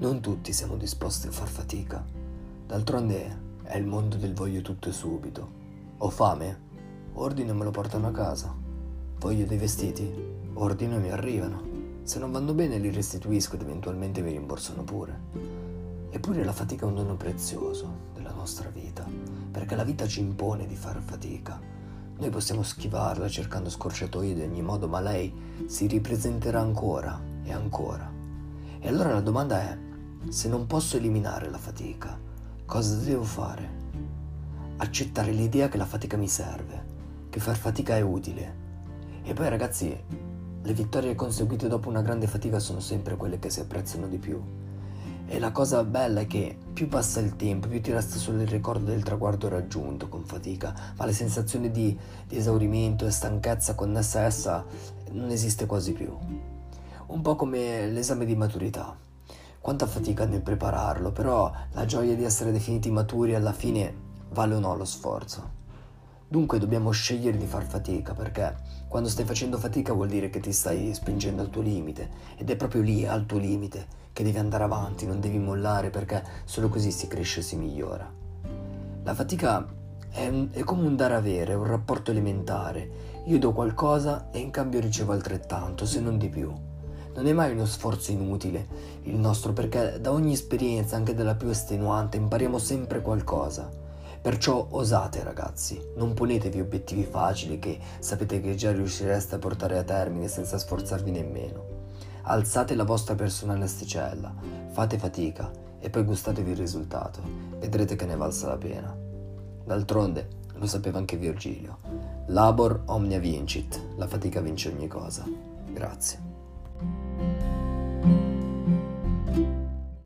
non tutti siamo disposti a far fatica. D'altronde è il mondo del voglio tutto e subito. Ho fame? Ordino e me lo portano a casa. Voglio dei vestiti? Ordino e mi arrivano. Se non vanno bene li restituisco ed eventualmente mi rimborsano pure. Eppure la fatica è un dono prezioso della nostra vita, perché la vita ci impone di far fatica. Noi possiamo schivarla cercando scorciatoie di ogni modo, ma lei si ripresenterà ancora e ancora. E allora la domanda è: se non posso eliminare la fatica, cosa devo fare? Accettare l'idea che la fatica mi serve, che far fatica è utile. E poi, ragazzi, le vittorie conseguite dopo una grande fatica sono sempre quelle che si apprezzano di più. E la cosa bella è che più passa il tempo, più ti resta solo il ricordo del traguardo raggiunto con fatica, ma le sensazioni di esaurimento e stanchezza connessa a essa non esiste quasi più. Un po' come l'esame di maturità. Quanta fatica nel prepararlo, però la gioia di essere definiti maturi alla fine vale o no lo sforzo. Dunque dobbiamo scegliere di far fatica, perché quando stai facendo fatica vuol dire che ti stai spingendo al tuo limite, ed è proprio lì, al tuo limite, che devi andare avanti, non devi mollare, perché solo così si cresce e si migliora. La fatica è come un dare avere, un rapporto elementare. Io do qualcosa e in cambio ricevo altrettanto, se non di più. Non è mai uno sforzo inutile il nostro, perché da ogni esperienza, anche della più estenuante, impariamo sempre qualcosa. Perciò osate, ragazzi, non ponetevi obiettivi facili che sapete che già riuscireste a portare a termine senza sforzarvi nemmeno. Alzate la vostra personale asticella, fate fatica e poi gustatevi il risultato. Vedrete che ne valsa la pena. D'altronde, lo sapeva anche Virgilio. Labor omnia vincit, la fatica vince ogni cosa. Grazie.